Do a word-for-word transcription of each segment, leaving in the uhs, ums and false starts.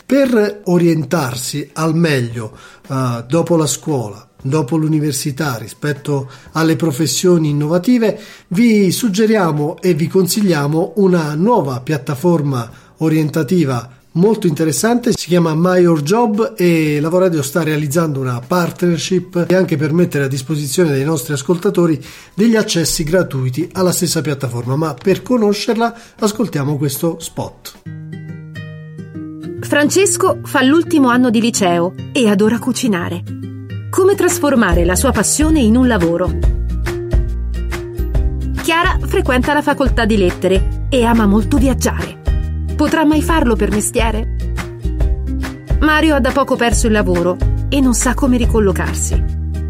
Per orientarsi al meglio uh, dopo la scuola, dopo l'università, rispetto alle professioni innovative, vi suggeriamo e vi consigliamo una nuova piattaforma orientativa molto interessante, si chiama My Your Job e la Lavoradio sta realizzando una partnership e anche per mettere a disposizione dei nostri ascoltatori degli accessi gratuiti alla stessa piattaforma, ma per conoscerla ascoltiamo questo spot. Francesco fa l'ultimo anno di liceo e adora cucinare. Come trasformare la sua passione in un lavoro? Chiara frequenta la facoltà di lettere e ama molto viaggiare. Potrà mai farlo per mestiere? Mario ha da poco perso il lavoro e non sa come ricollocarsi.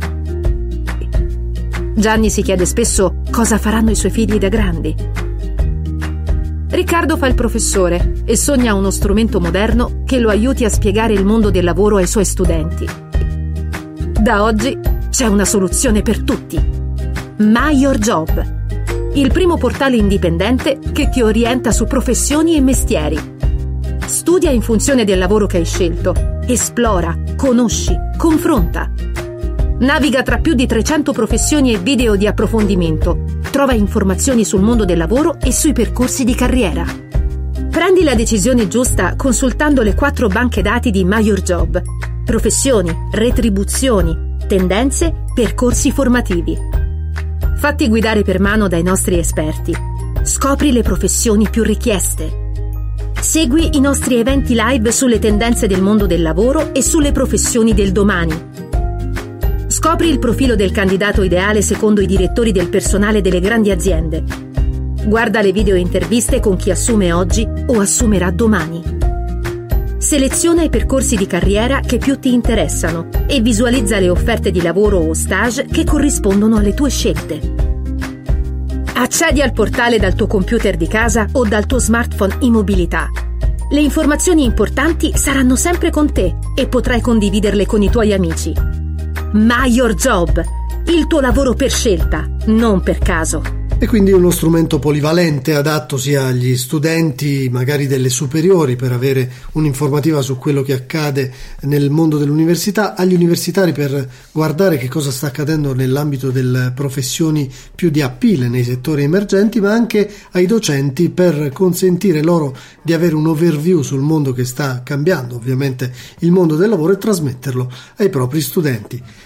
Gianni si chiede spesso cosa faranno i suoi figli da grandi. Riccardo fa il professore e sogna uno strumento moderno che lo aiuti a spiegare il mondo del lavoro ai suoi studenti. Da oggi c'è una soluzione per tutti. My Your Job. Il primo portale indipendente che ti orienta su professioni e mestieri. Studia in funzione del lavoro che hai scelto, esplora, conosci, confronta. Naviga tra più di trecento professioni e video di approfondimento. Trova informazioni sul mondo del lavoro e sui percorsi di carriera. Prendi la decisione giusta consultando le quattro banche dati di My Your Job. Professioni, retribuzioni, tendenze, percorsi formativi. Fatti guidare per mano dai nostri esperti. Scopri le professioni più richieste. Segui i nostri eventi live sulle tendenze del mondo del lavoro e sulle professioni del domani. Scopri il profilo del candidato ideale secondo i direttori del personale delle grandi aziende. Guarda le video interviste con chi assume oggi o assumerà domani. Seleziona i percorsi di carriera che più ti interessano e visualizza le offerte di lavoro o stage che corrispondono alle tue scelte. Accedi al portale dal tuo computer di casa o dal tuo smartphone in mobilità. Le informazioni importanti saranno sempre con te e potrai condividerle con i tuoi amici. My Your Job, il tuo lavoro per scelta, non per caso. E quindi uno strumento polivalente adatto sia agli studenti magari delle superiori per avere un'informativa su quello che accade nel mondo dell'università, agli universitari per guardare che cosa sta accadendo nell'ambito delle professioni più di appeal nei settori emergenti, ma anche ai docenti per consentire loro di avere un overview sul mondo che sta cambiando, ovviamente il mondo del lavoro, e trasmetterlo ai propri studenti.